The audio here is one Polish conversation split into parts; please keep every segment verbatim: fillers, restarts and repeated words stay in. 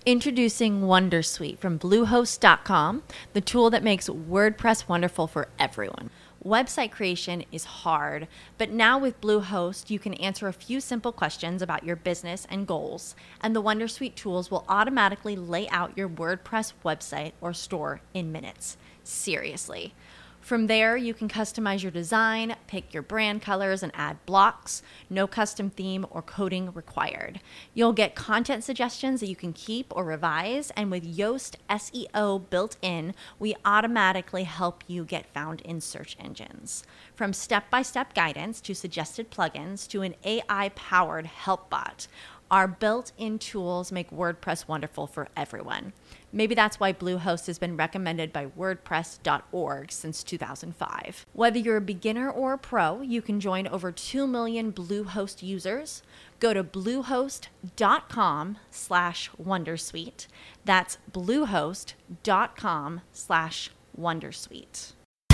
Introducing Wondersuite from Bluehost dot com, the tool that makes WordPress wonderful for everyone. Website creation is hard, but now with Bluehost, you can answer a few simple questions about your business and goals, and the Wondersuite tools will automatically lay out your WordPress website or store in minutes. Seriously. From there, you can customize your design, pick your brand colors, and add blocks. No custom theme or coding required. You'll get content suggestions that you can keep or revise, and with Yoast S E O built in, we automatically help you get found in search engines. From step-by-step guidance to suggested plugins to an A I-powered help bot, our built-in tools make WordPress wonderful for everyone. Maybe that's why Bluehost has been recommended by WordPress dot org since two thousand five. Whether you're a beginner or a pro, you can join over two million Bluehost users. Go to bluehost dot com slash wondersuite. That's bluehost dot com slash wondersuite.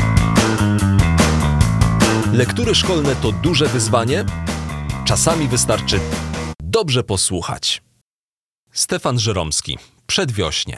Lektury szkolne to duże wyzwanie? Czasami wystarczy dobrze posłuchać. Stefan Żeromski. Przedwiośnie.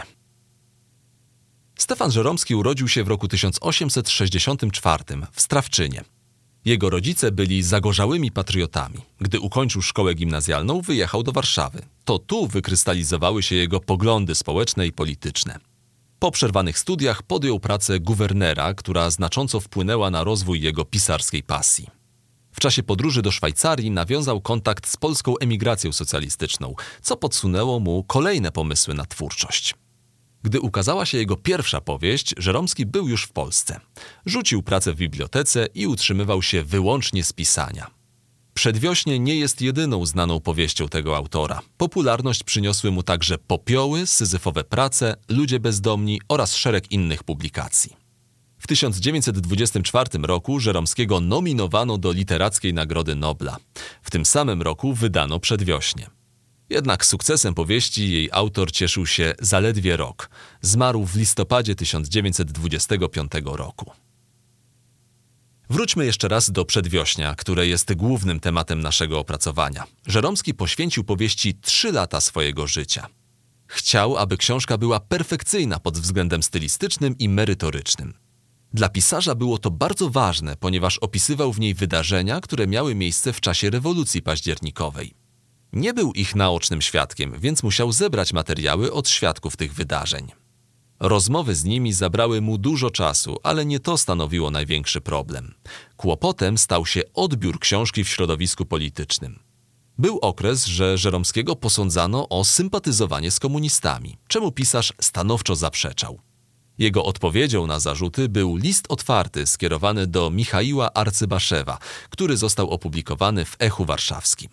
Stefan Żeromski urodził się w roku tysiąc osiemset sześćdziesiątym czwartym w Strawczynie. Jego rodzice byli zagorzałymi patriotami. Gdy ukończył szkołę gimnazjalną, wyjechał do Warszawy. To tu wykrystalizowały się jego poglądy społeczne i polityczne. Po przerwanych studiach podjął pracę guwernera, która znacząco wpłynęła na rozwój jego pisarskiej pasji. W czasie podróży do Szwajcarii nawiązał kontakt z polską emigracją socjalistyczną, co podsunęło mu kolejne pomysły na twórczość. Gdy ukazała się jego pierwsza powieść, Żeromski był już w Polsce. Rzucił pracę w bibliotece i utrzymywał się wyłącznie z pisania. Przedwiośnie nie jest jedyną znaną powieścią tego autora. Popularność przyniosły mu także Popioły, Syzyfowe prace, Ludzie bezdomni oraz szereg innych publikacji. W tysiąc dziewięćset dwudziestym czwartym roku Żeromskiego nominowano do Literackiej Nagrody Nobla. W tym samym roku wydano Przedwiośnie. Jednak sukcesem powieści jej autor cieszył się zaledwie rok. Zmarł w listopadzie tysiąc dziewięćset dwudziestego piątego roku. Wróćmy jeszcze raz do Przedwiośnia, które jest głównym tematem naszego opracowania. Żeromski poświęcił powieści trzy lata swojego życia. Chciał, aby książka była perfekcyjna pod względem stylistycznym i merytorycznym. Dla pisarza było to bardzo ważne, ponieważ opisywał w niej wydarzenia, które miały miejsce w czasie rewolucji październikowej. Nie był ich naocznym świadkiem, więc musiał zebrać materiały od świadków tych wydarzeń. Rozmowy z nimi zabrały mu dużo czasu, ale nie to stanowiło największy problem. Kłopotem stał się odbiór książki w środowisku politycznym. Był okres, że Żeromskiego posądzano o sympatyzowanie z komunistami, czemu pisarz stanowczo zaprzeczał. Jego odpowiedzią na zarzuty był list otwarty skierowany do Michaiła Arcybaszewa, który został opublikowany w Echu Warszawskim.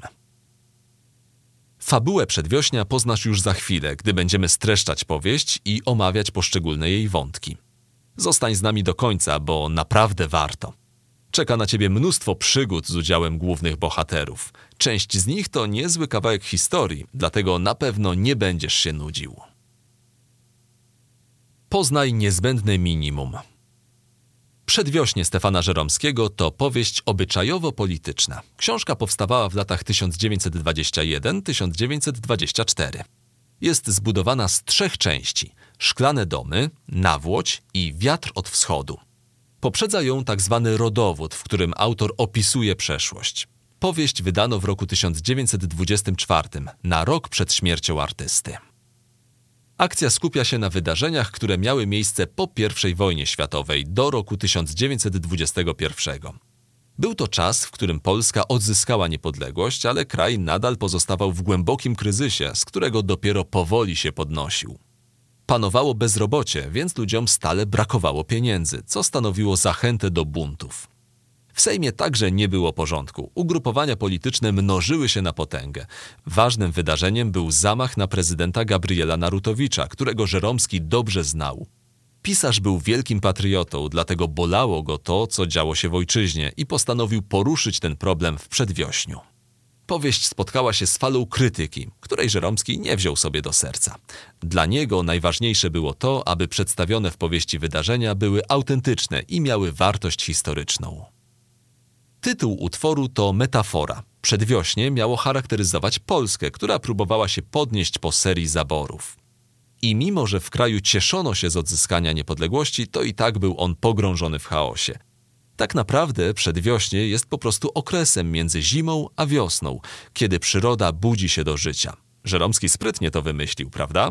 Fabułę Przedwiośnia poznasz już za chwilę, gdy będziemy streszczać powieść i omawiać poszczególne jej wątki. Zostań z nami do końca, bo naprawdę warto. Czeka na ciebie mnóstwo przygód z udziałem głównych bohaterów. Część z nich to niezły kawałek historii, dlatego na pewno nie będziesz się nudził. Poznaj niezbędne minimum. Przedwiośnie Stefana Żeromskiego to powieść obyczajowo-polityczna. Książka powstawała w latach tysiąc dziewięćset dwudziestym pierwszym do tysiąc dziewięćset dwudziestego czwartego. Jest zbudowana z trzech części: Szklane domy, Nawłoć i Wiatr od wschodu. Poprzedza ją tak zwany rodowód, w którym autor opisuje przeszłość. Powieść wydano w roku tysiąc dziewięćset dwudziestym czwartym, na rok przed śmiercią artysty. Akcja skupia się na wydarzeniach, które miały miejsce po pierwszej wojnie światowej do roku tysiąc dziewięćset dwudziestego pierwszego. Był to czas, w którym Polska odzyskała niepodległość, ale kraj nadal pozostawał w głębokim kryzysie, z którego dopiero powoli się podnosił. Panowało bezrobocie, więc ludziom stale brakowało pieniędzy, co stanowiło zachętę do buntów. W Sejmie także nie było porządku. Ugrupowania polityczne mnożyły się na potęgę. Ważnym wydarzeniem był zamach na prezydenta Gabriela Narutowicza, którego Żeromski dobrze znał. Pisarz był wielkim patriotą, dlatego bolało go to, co działo się w ojczyźnie i postanowił poruszyć ten problem w Przedwiośniu. Powieść spotkała się z falą krytyki, której Żeromski nie wziął sobie do serca. Dla niego najważniejsze było to, aby przedstawione w powieści wydarzenia były autentyczne i miały wartość historyczną. Tytuł utworu to metafora. Przedwiośnie miało charakteryzować Polskę, która próbowała się podnieść po serii zaborów. I mimo, że w kraju cieszono się z odzyskania niepodległości, to i tak był on pogrążony w chaosie. Tak naprawdę przedwiośnie jest po prostu okresem między zimą a wiosną, kiedy przyroda budzi się do życia. Żeromski sprytnie to wymyślił, prawda?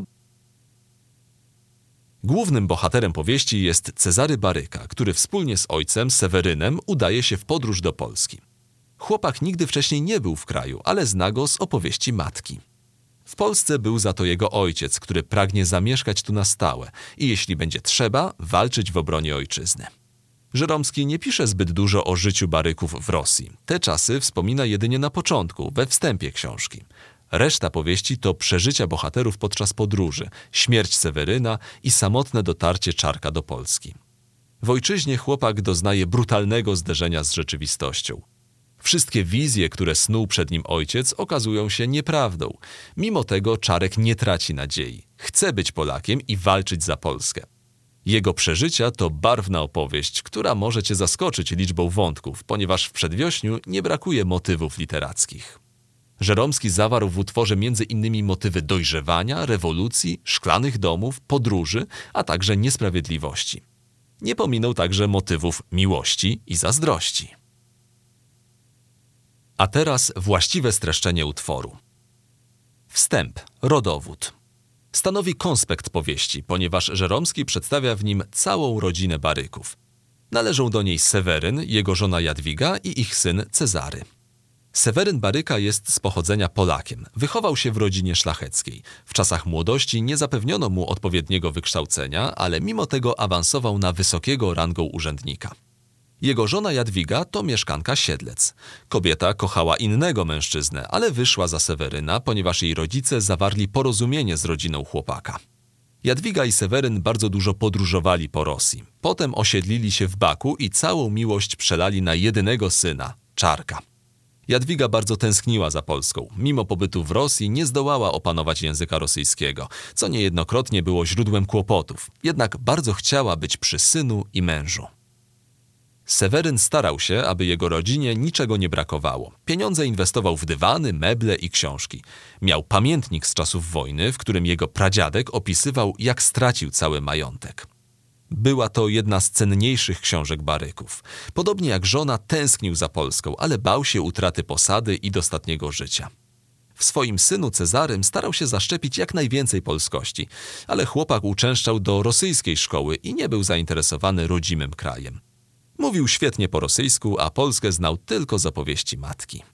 Głównym bohaterem powieści jest Cezary Baryka, który wspólnie z ojcem Sewerynem udaje się w podróż do Polski. Chłopak nigdy wcześniej nie był w kraju, ale zna go z opowieści matki. W Polsce był za to jego ojciec, który pragnie zamieszkać tu na stałe i jeśli będzie trzeba, walczyć w obronie ojczyzny. Żeromski nie pisze zbyt dużo o życiu Baryków w Rosji. Te czasy wspomina jedynie na początku, we wstępie książki. Reszta powieści to przeżycia bohaterów podczas podróży, śmierć Seweryna i samotne dotarcie Czarka do Polski. W ojczyźnie chłopak doznaje brutalnego zderzenia z rzeczywistością. Wszystkie wizje, które snuł przed nim ojciec, okazują się nieprawdą. Mimo tego Czarek nie traci nadziei. Chce być Polakiem i walczyć za Polskę. Jego przeżycia to barwna opowieść, która może cię zaskoczyć liczbą wątków, ponieważ w Przedwiośniu nie brakuje motywów literackich. Żeromski zawarł w utworze między innymi motywy dojrzewania, rewolucji, szklanych domów, podróży, a także niesprawiedliwości. Nie pominął także motywów miłości i zazdrości. A teraz właściwe streszczenie utworu. Wstęp, rodowód. Stanowi konspekt powieści, ponieważ Żeromski przedstawia w nim całą rodzinę Baryków. Należą do niej Seweryn, jego żona Jadwiga i ich syn Cezary. Seweryn Baryka jest z pochodzenia Polakiem. Wychował się w rodzinie szlacheckiej. W czasach młodości nie zapewniono mu odpowiedniego wykształcenia, ale mimo tego awansował na wysokiego rangą urzędnika. Jego żona Jadwiga to mieszkanka Siedlec. Kobieta kochała innego mężczyznę, ale wyszła za Seweryna, ponieważ jej rodzice zawarli porozumienie z rodziną chłopaka. Jadwiga i Seweryn bardzo dużo podróżowali po Rosji. Potem osiedlili się w Baku i całą miłość przelali na jedynego syna, Czarka. Jadwiga bardzo tęskniła za Polską. Mimo pobytu w Rosji nie zdołała opanować języka rosyjskiego, co niejednokrotnie było źródłem kłopotów. Jednak bardzo chciała być przy synu i mężu. Seweryn starał się, aby jego rodzinie niczego nie brakowało. Pieniądze inwestował w dywany, meble i książki. Miał pamiętnik z czasów wojny, w którym jego pradziadek opisywał, jak stracił cały majątek. Była to jedna z cenniejszych książek Baryków. Podobnie jak żona tęsknił za Polską, ale bał się utraty posady i dostatniego życia. W swoim synu Cezarym starał się zaszczepić jak najwięcej polskości, ale chłopak uczęszczał do rosyjskiej szkoły i nie był zainteresowany rodzimym krajem. Mówił świetnie po rosyjsku, a Polskę znał tylko z opowieści matki.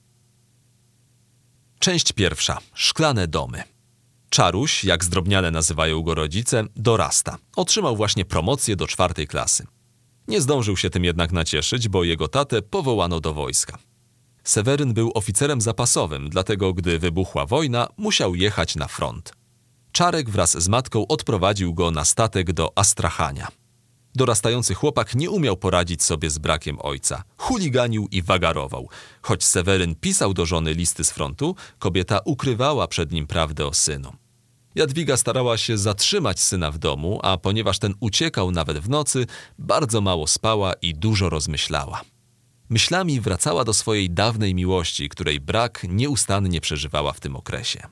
Część pierwsza. Szklane domy. Czaruś, jak zdrobniale nazywają go rodzice, dorasta. Otrzymał właśnie promocję do czwartej klasy. Nie zdążył się tym jednak nacieszyć, bo jego tatę powołano do wojska. Seweryn był oficerem zapasowym, dlatego gdy wybuchła wojna, musiał jechać na front. Czarek wraz z matką odprowadził go na statek do Astrachania. Dorastający chłopak nie umiał poradzić sobie z brakiem ojca. Chuliganił i wagarował. Choć Seweryn pisał do żony listy z frontu, kobieta ukrywała przed nim prawdę o synu. Jadwiga starała się zatrzymać syna w domu, a ponieważ ten uciekał nawet w nocy, bardzo mało spała i dużo rozmyślała. Myślami wracała do swojej dawnej miłości, której brak nieustannie przeżywała w tym okresie.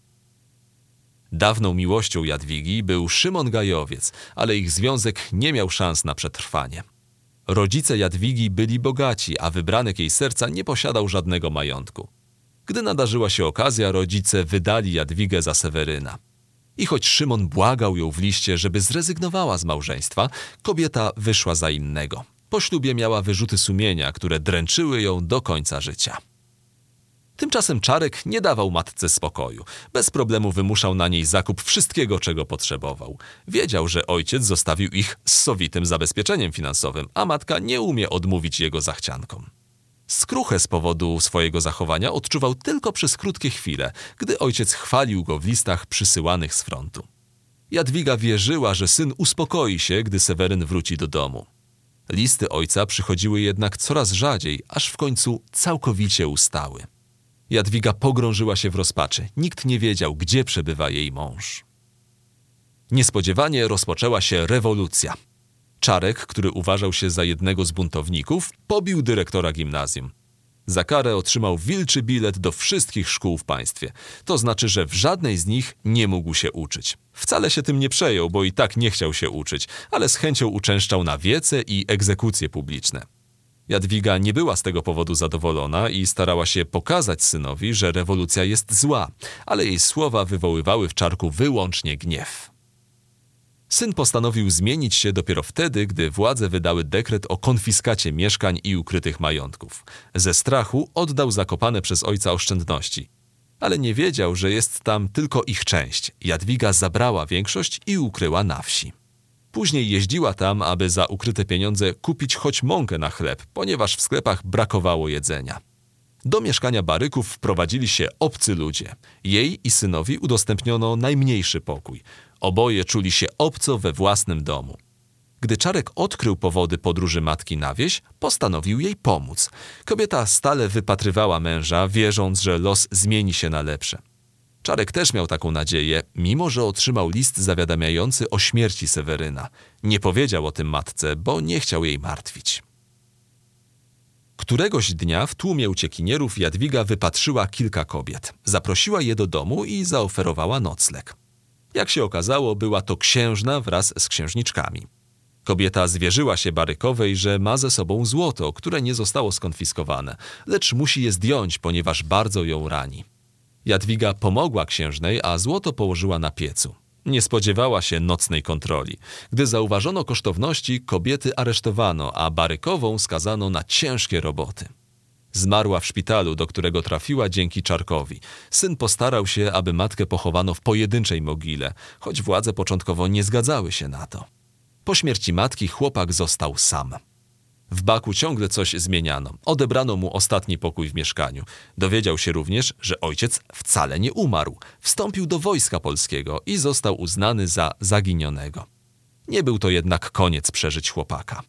Dawną miłością Jadwigi był Szymon Gajowiec, ale ich związek nie miał szans na przetrwanie. Rodzice Jadwigi byli bogaci, a wybranek jej serca nie posiadał żadnego majątku. Gdy nadarzyła się okazja, rodzice wydali Jadwigę za Seweryna. I choć Szymon błagał ją w liście, żeby zrezygnowała z małżeństwa, kobieta wyszła za innego. Po ślubie miała wyrzuty sumienia, które dręczyły ją do końca życia. Tymczasem Czarek nie dawał matce spokoju. Bez problemu wymuszał na niej zakup wszystkiego, czego potrzebował. Wiedział, że ojciec zostawił ich z sowitym zabezpieczeniem finansowym, a matka nie umie odmówić jego zachciankom. Skruchę z powodu swojego zachowania odczuwał tylko przez krótkie chwile, gdy ojciec chwalił go w listach przysyłanych z frontu. Jadwiga wierzyła, że syn uspokoi się, gdy Seweryn wróci do domu. Listy ojca przychodziły jednak coraz rzadziej, aż w końcu całkowicie ustały. Jadwiga pogrążyła się w rozpaczy. Nikt nie wiedział, gdzie przebywa jej mąż. Niespodziewanie rozpoczęła się rewolucja. Czarek, który uważał się za jednego z buntowników, pobił dyrektora gimnazjum. Za karę otrzymał wilczy bilet do wszystkich szkół w państwie. To znaczy, że w żadnej z nich nie mógł się uczyć. Wcale się tym nie przejął, bo i tak nie chciał się uczyć, ale z chęcią uczęszczał na wiece i egzekucje publiczne. Jadwiga nie była z tego powodu zadowolona i starała się pokazać synowi, że rewolucja jest zła, ale jej słowa wywoływały w Czarku wyłącznie gniew. Syn postanowił zmienić się dopiero wtedy, gdy władze wydały dekret o konfiskacie mieszkań i ukrytych majątków. Ze strachu oddał zakopane przez ojca oszczędności. Ale nie wiedział, że jest tam tylko ich część. Jadwiga zabrała większość i ukryła na wsi. Później jeździła tam, aby za ukryte pieniądze kupić choć mąkę na chleb, ponieważ w sklepach brakowało jedzenia. Do mieszkania Baryków wprowadzili się obcy ludzie. Jej i synowi udostępniono najmniejszy pokój. Oboje czuli się obco we własnym domu. Gdy Czarek odkrył powody podróży matki na wieś, postanowił jej pomóc. Kobieta stale wypatrywała męża, wierząc, że los zmieni się na lepsze. Czarek też miał taką nadzieję, mimo że otrzymał list zawiadamiający o śmierci Seweryna. Nie powiedział o tym matce, bo nie chciał jej martwić. Któregoś dnia w tłumie uciekinierów Jadwiga wypatrzyła kilka kobiet. Zaprosiła je do domu i zaoferowała nocleg. Jak się okazało, była to księżna wraz z księżniczkami. Kobieta zwierzyła się Barykowej, że ma ze sobą złoto, które nie zostało skonfiskowane, lecz musi je zdjąć, ponieważ bardzo ją rani. Jadwiga pomogła księżnej, a złoto położyła na piecu. Nie spodziewała się nocnej kontroli. Gdy zauważono kosztowności, kobiety aresztowano, a Barykową skazano na ciężkie roboty. Zmarła w szpitalu, do którego trafiła dzięki Czarkowi. Syn postarał się, aby matkę pochowano w pojedynczej mogile, choć władze początkowo nie zgadzały się na to. Po śmierci matki chłopak został sam. W Baku ciągle coś zmieniano. Odebrano mu ostatni pokój w mieszkaniu. Dowiedział się również, że ojciec wcale nie umarł. Wstąpił do wojska polskiego i został uznany za zaginionego. Nie był to jednak koniec przeżyć chłopaka.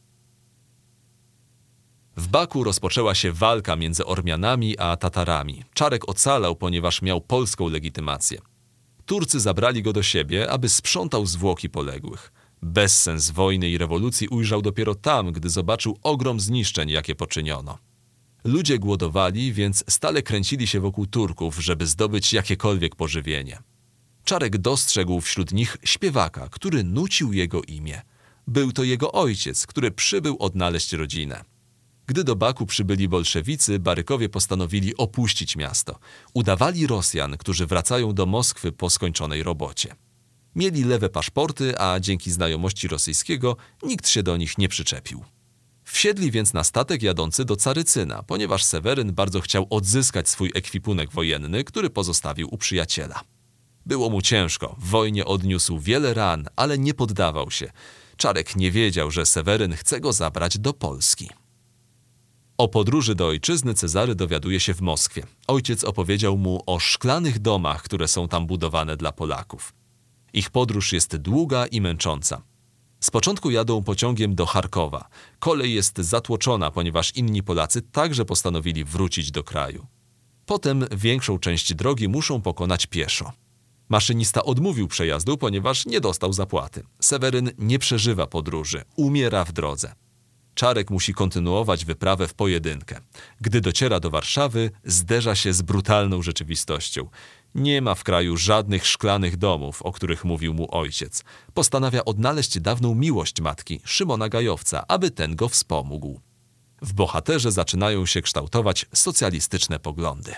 W Baku rozpoczęła się walka między Ormianami a Tatarami. Czarek ocalał, ponieważ miał polską legitymację. Turcy zabrali go do siebie, aby sprzątał zwłoki poległych. Bezsens wojny i rewolucji ujrzał dopiero tam, gdy zobaczył ogrom zniszczeń, jakie poczyniono. Ludzie głodowali, więc stale kręcili się wokół Turków, żeby zdobyć jakiekolwiek pożywienie. Czarek dostrzegł wśród nich śpiewaka, który nucił jego imię. Był to jego ojciec, który przybył odnaleźć rodzinę. Gdy do Baku przybyli bolszewicy, Barykowie postanowili opuścić miasto. Udawali Rosjan, którzy wracają do Moskwy po skończonej robocie. Mieli lewe paszporty, a dzięki znajomości rosyjskiego nikt się do nich nie przyczepił. Wsiedli więc na statek jadący do Carycyna, ponieważ Seweryn bardzo chciał odzyskać swój ekwipunek wojenny, który pozostawił u przyjaciela. Było mu ciężko, w wojnie odniósł wiele ran, ale nie poddawał się. Czarek nie wiedział, że Seweryn chce go zabrać do Polski. O podróży do ojczyzny Cezary dowiaduje się w Moskwie. Ojciec opowiedział mu o szklanych domach, które są tam budowane dla Polaków. Ich podróż jest długa i męcząca. Z początku jadą pociągiem do Charkowa. Kolej jest zatłoczona, ponieważ inni Polacy także postanowili wrócić do kraju. Potem większą część drogi muszą pokonać pieszo. Maszynista odmówił przejazdu, ponieważ nie dostał zapłaty. Seweryn nie przeżywa podróży, umiera w drodze. Czarek musi kontynuować wyprawę w pojedynkę. Gdy dociera do Warszawy, zderza się z brutalną rzeczywistością. Nie ma w kraju żadnych szklanych domów, o których mówił mu ojciec. Postanawia odnaleźć dawną miłość matki, Szymona Gajowca, aby ten go wspomógł. W bohaterze zaczynają się kształtować socjalistyczne poglądy.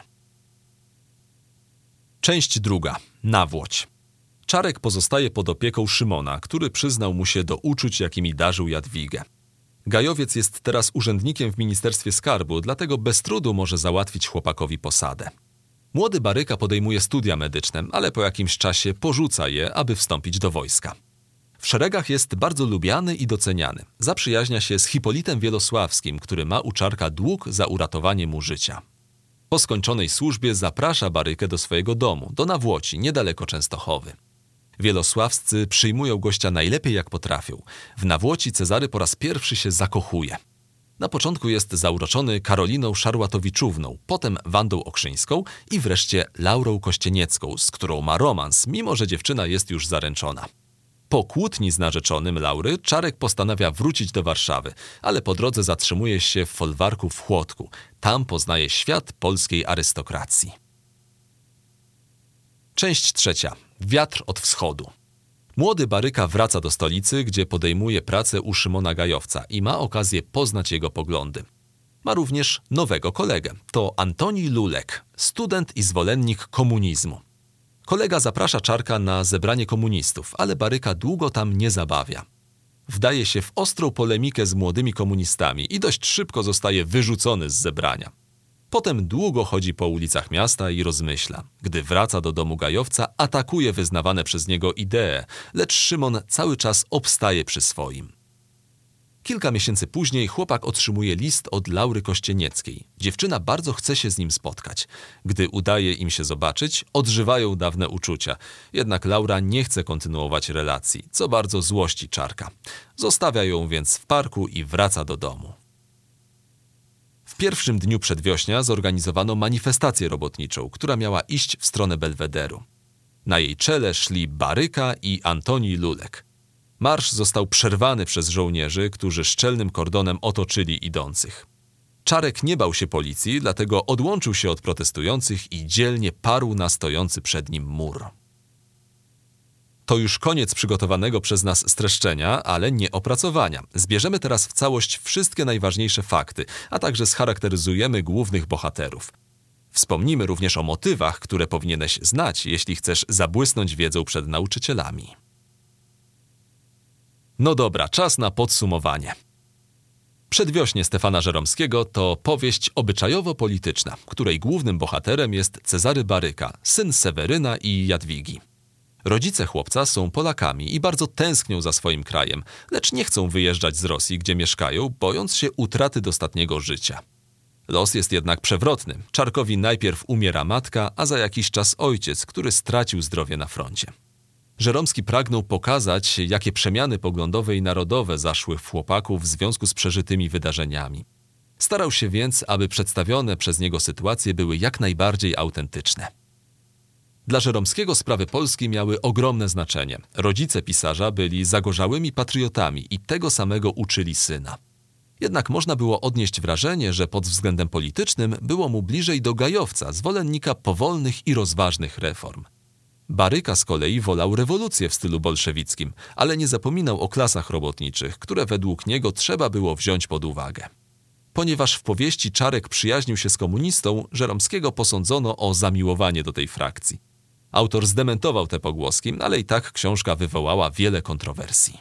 Część druga. Nawłoć. Czarek pozostaje pod opieką Szymona, który przyznał mu się do uczuć, jakimi darzył Jadwigę. Gajowiec jest teraz urzędnikiem w Ministerstwie Skarbu, dlatego bez trudu może załatwić chłopakowi posadę. Młody Baryka podejmuje studia medyczne, ale po jakimś czasie porzuca je, aby wstąpić do wojska. W szeregach jest bardzo lubiany i doceniany. Zaprzyjaźnia się z Hipolitem Wielosławskim, który ma u Czarka dług za uratowanie mu życia. Po skończonej służbie zaprasza Barykę do swojego domu, do Nawłoci, niedaleko Częstochowy. Wielosławscy przyjmują gościa najlepiej jak potrafią. W Nawłoci Cezary po raz pierwszy się zakochuje. Na początku jest zauroczony Karoliną Szarłatowiczówną, potem Wandą Okrzyńską i wreszcie Laurą Kościeniecką, z którą ma romans, mimo że dziewczyna jest już zaręczona. Po kłótni z narzeczonym Laury Czarek postanawia wrócić do Warszawy, ale po drodze zatrzymuje się w folwarku w Chłodku. Tam poznaje świat polskiej arystokracji. Część trzecia. Wiatr od wschodu. Młody Baryka wraca do stolicy, gdzie podejmuje pracę u Szymona Gajowca i ma okazję poznać jego poglądy. Ma również nowego kolegę. To Antoni Lulek, student i zwolennik komunizmu. Kolega zaprasza Czarka na zebranie komunistów, ale Baryka długo tam nie zabawia. Wdaje się w ostrą polemikę z młodymi komunistami i dość szybko zostaje wyrzucony z zebrania. Potem długo chodzi po ulicach miasta i rozmyśla. Gdy wraca do domu Gajowca, atakuje wyznawane przez niego idee, lecz Szymon cały czas obstaje przy swoim. Kilka miesięcy później chłopak otrzymuje list od Laury Kościenieckiej. Dziewczyna bardzo chce się z nim spotkać. Gdy udaje im się zobaczyć, odżywają dawne uczucia. Jednak Laura nie chce kontynuować relacji, co bardzo złości Czarka. Zostawia ją więc w parku i wraca do domu. W pierwszym dniu przedwiośnia zorganizowano manifestację robotniczą, która miała iść w stronę Belwederu. Na jej czele szli Baryka i Antoni Lulek. Marsz został przerwany przez żołnierzy, którzy szczelnym kordonem otoczyli idących. Czarek nie bał się policji, dlatego odłączył się od protestujących i dzielnie parł na stojący przed nim mur. To już koniec przygotowanego przez nas streszczenia, ale nie opracowania. Zbierzemy teraz w całość wszystkie najważniejsze fakty, a także scharakteryzujemy głównych bohaterów. Wspomnimy również o motywach, które powinieneś znać, jeśli chcesz zabłysnąć wiedzą przed nauczycielami. No dobra, czas na podsumowanie. Przedwiośnie Stefana Żeromskiego to powieść obyczajowo-polityczna, której głównym bohaterem jest Cezary Baryka, syn Seweryna i Jadwigi. Rodzice chłopca są Polakami i bardzo tęsknią za swoim krajem, lecz nie chcą wyjeżdżać z Rosji, gdzie mieszkają, bojąc się utraty dostatniego życia. Los jest jednak przewrotny. Czarkowi najpierw umiera matka, a za jakiś czas ojciec, który stracił zdrowie na froncie. Żeromski pragnął pokazać, jakie przemiany poglądowe i narodowe zaszły w chłopaku w związku z przeżytymi wydarzeniami. Starał się więc, aby przedstawione przez niego sytuacje były jak najbardziej autentyczne. Dla Żeromskiego sprawy Polski miały ogromne znaczenie. Rodzice pisarza byli zagorzałymi patriotami i tego samego uczyli syna. Jednak można było odnieść wrażenie, że pod względem politycznym było mu bliżej do Gajowca, zwolennika powolnych i rozważnych reform. Baryka z kolei wolał rewolucję w stylu bolszewickim, ale nie zapominał o klasach robotniczych, które według niego trzeba było wziąć pod uwagę. Ponieważ w powieści Czarek przyjaźnił się z komunistą, Żeromskiego posądzono o zamiłowanie do tej frakcji. Autor zdementował te pogłoski, ale i tak książka wywołała wiele kontrowersji.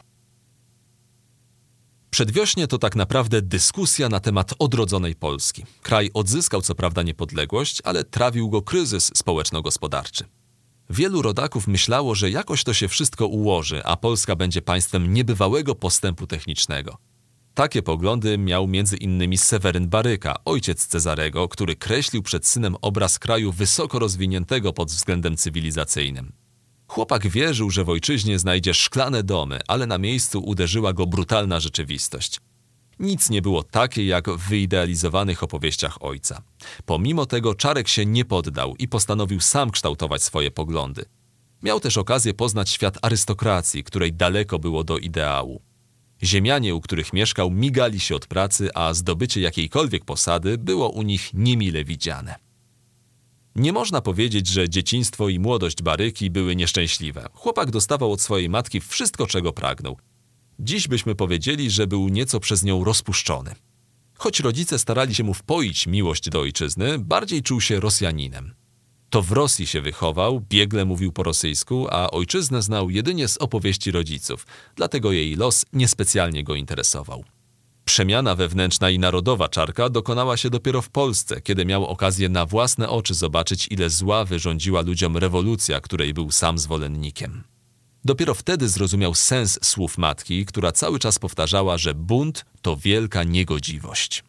Przedwiośnie to tak naprawdę dyskusja na temat odrodzonej Polski. Kraj odzyskał co prawda niepodległość, ale trawił go kryzys społeczno-gospodarczy. Wielu rodaków myślało, że jakoś to się wszystko ułoży, a Polska będzie państwem niebywałego postępu technicznego. Takie poglądy miał między innymi Seweryn Baryka, ojciec Cezarego, który kreślił przed synem obraz kraju wysoko rozwiniętego pod względem cywilizacyjnym. Chłopak wierzył, że w ojczyźnie znajdzie szklane domy, ale na miejscu uderzyła go brutalna rzeczywistość. Nic nie było takie jak w wyidealizowanych opowieściach ojca. Pomimo tego Czarek się nie poddał i postanowił sam kształtować swoje poglądy. Miał też okazję poznać świat arystokracji, której daleko było do ideału. Ziemianie, u których mieszkał, migali się od pracy, a zdobycie jakiejkolwiek posady było u nich niemile widziane. Nie można powiedzieć, że dzieciństwo i młodość Baryki były nieszczęśliwe. Chłopak dostawał od swojej matki wszystko, czego pragnął. Dziś byśmy powiedzieli, że był nieco przez nią rozpuszczony. Choć rodzice starali się mu wpoić miłość do ojczyzny, bardziej czuł się Rosjaninem. To w Rosji się wychował, biegle mówił po rosyjsku, a ojczyznę znał jedynie z opowieści rodziców, dlatego jej los niespecjalnie go interesował. Przemiana wewnętrzna i narodowa Czarka dokonała się dopiero w Polsce, kiedy miał okazję na własne oczy zobaczyć, ile zła wyrządziła ludziom rewolucja, której był sam zwolennikiem. Dopiero wtedy zrozumiał sens słów matki, która cały czas powtarzała, że bunt to wielka niegodziwość.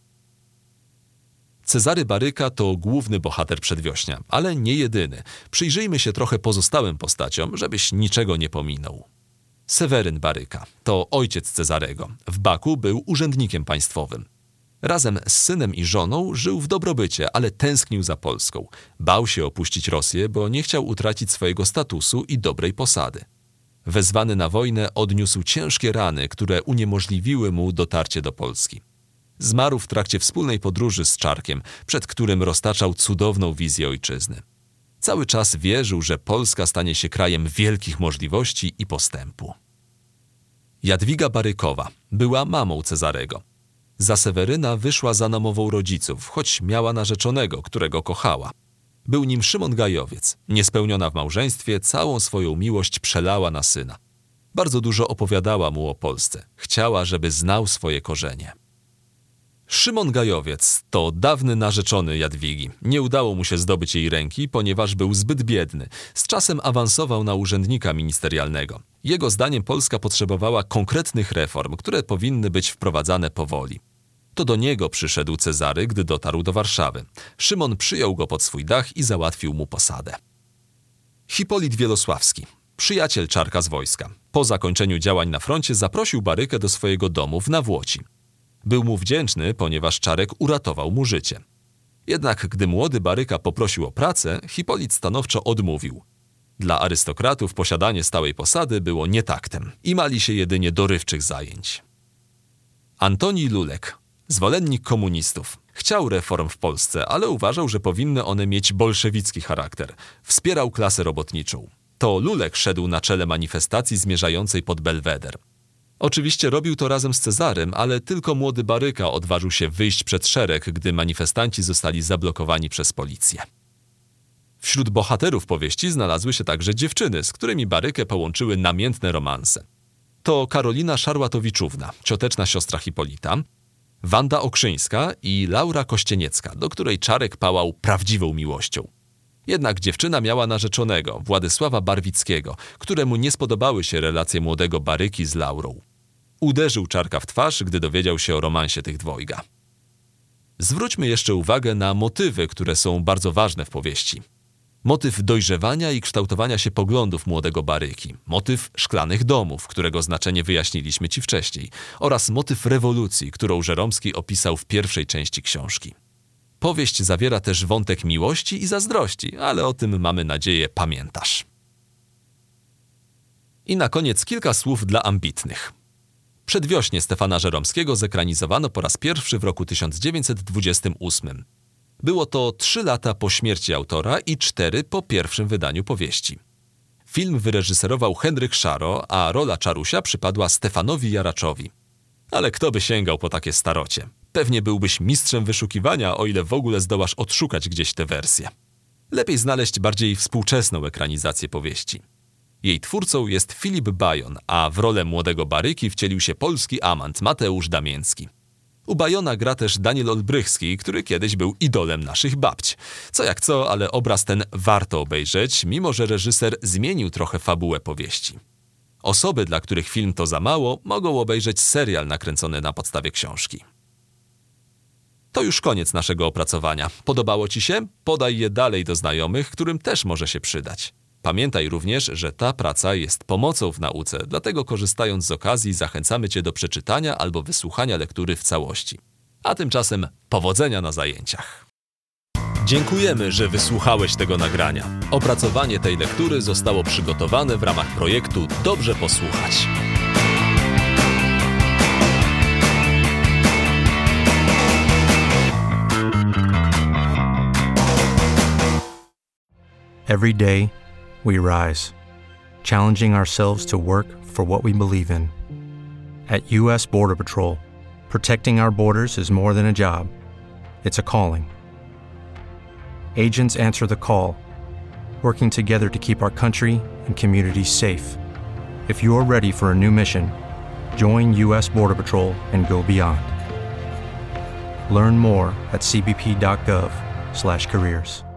Cezary Baryka to główny bohater przedwiośnia, ale nie jedyny. Przyjrzyjmy się trochę pozostałym postaciom, żebyś niczego nie pominął. Seweryn Baryka to ojciec Cezarego. W Baku był urzędnikiem państwowym. Razem z synem i żoną żył w dobrobycie, ale tęsknił za Polską. Bał się opuścić Rosję, bo nie chciał utracić swojego statusu i dobrej posady. wezwany na wojnę, odniósł ciężkie rany, które uniemożliwiły mu dotarcie do Polski. Zmarł w trakcie wspólnej podróży z Czarkiem, przed którym roztaczał cudowną wizję ojczyzny. Cały czas wierzył, że Polska stanie się krajem wielkich możliwości i postępu. Jadwiga Barykowa była mamą Cezarego. Za Seweryna wyszła za namową rodziców, choć miała narzeczonego, którego kochała. Był nim Szymon Gajowiec. Niespełniona w małżeństwie, całą swoją miłość przelała na syna. Bardzo dużo opowiadała mu o Polsce. Chciała, żeby znał swoje korzenie. Szymon Gajowiec to dawny narzeczony Jadwigi. Nie udało mu się zdobyć jej ręki, ponieważ był zbyt biedny. Z czasem awansował na urzędnika ministerialnego. Jego zdaniem Polska potrzebowała konkretnych reform, które powinny być wprowadzane powoli. To do niego przyszedł Cezary, gdy dotarł do Warszawy. Szymon przyjął go pod swój dach i załatwił mu posadę. Hipolit Wielosławski, przyjaciel Czarka z wojska. Po zakończeniu działań na froncie zaprosił Barykę do swojego domu w Nawłoci. Był mu wdzięczny, ponieważ Czarek uratował mu życie. Jednak gdy młody Baryka poprosił o pracę, Hipolit stanowczo odmówił. Dla arystokratów posiadanie stałej posady było nietaktem i mali się jedynie dorywczych zajęć. Antoni Lulek, zwolennik komunistów. Chciał reform w Polsce, ale uważał, że powinny one mieć bolszewicki charakter. Wspierał klasę robotniczą. To Lulek szedł na czele manifestacji zmierzającej pod Belweder. Oczywiście robił to razem z Cezarym, ale tylko młody Baryka odważył się wyjść przed szereg, gdy manifestanci zostali zablokowani przez policję. Wśród bohaterów powieści znalazły się także dziewczyny, z którymi Barykę połączyły namiętne romanse. To Karolina Szarłatowiczówna, cioteczna siostra Hipolita, Wanda Okrzyńska i Laura Kościeniecka, do której Czarek pałał prawdziwą miłością. Jednak dziewczyna miała narzeczonego, Władysława Barwickiego, któremu nie spodobały się relacje młodego Baryki z Laurą. Uderzył Czarka w twarz, gdy dowiedział się o romansie tych dwojga. Zwróćmy jeszcze uwagę na motywy, które są bardzo ważne w powieści. Motyw dojrzewania i kształtowania się poglądów młodego Baryki, motyw szklanych domów, którego znaczenie wyjaśniliśmy ci wcześniej, oraz motyw rewolucji, którą Żeromski opisał w pierwszej części książki. Powieść zawiera też wątek miłości i zazdrości, ale o tym, mamy nadzieję, pamiętasz. I na koniec kilka słów dla ambitnych. Przedwiośnie Stefana Żeromskiego zekranizowano po raz pierwszy w roku tysiąc dziewięćset dwudziestym ósmym. Było to trzy lata po śmierci autora i cztery po pierwszym wydaniu powieści. Film wyreżyserował Henryk Szaro, a rola Czarusia przypadła Stefanowi Jaraczowi. Ale kto by sięgał po takie starocie? Pewnie byłbyś mistrzem wyszukiwania, o ile w ogóle zdołasz odszukać gdzieś tę wersję. Lepiej znaleźć bardziej współczesną ekranizację powieści. Jej twórcą jest Filip Bajon, a w rolę młodego Baryki wcielił się polski amant Mateusz Damięcki. U Bajona gra też Daniel Olbrychski, który kiedyś był idolem naszych babć. Co jak co, ale obraz ten warto obejrzeć, mimo że reżyser zmienił trochę fabułę powieści. Osoby, dla których film to za mało, mogą obejrzeć serial nakręcony na podstawie książki. To już koniec naszego opracowania. Podobało ci się? Podaj je dalej do znajomych, którym też może się przydać. Pamiętaj również, że ta praca jest pomocą w nauce, dlatego korzystając z okazji zachęcamy cię do przeczytania albo wysłuchania lektury w całości. A tymczasem powodzenia na zajęciach. Dziękujemy, że wysłuchałeś tego nagrania. Opracowanie tej lektury zostało przygotowane w ramach projektu Dobrze posłuchać. Every day, we rise, challenging ourselves to work for what we believe in. At U S Border Patrol, protecting our borders is more than a job. It's a calling. Agents answer the call, working together to keep our country and communities safe. If you're ready for a new mission, join U S Border Patrol and go beyond. Learn more at c b p dot gov slash careers.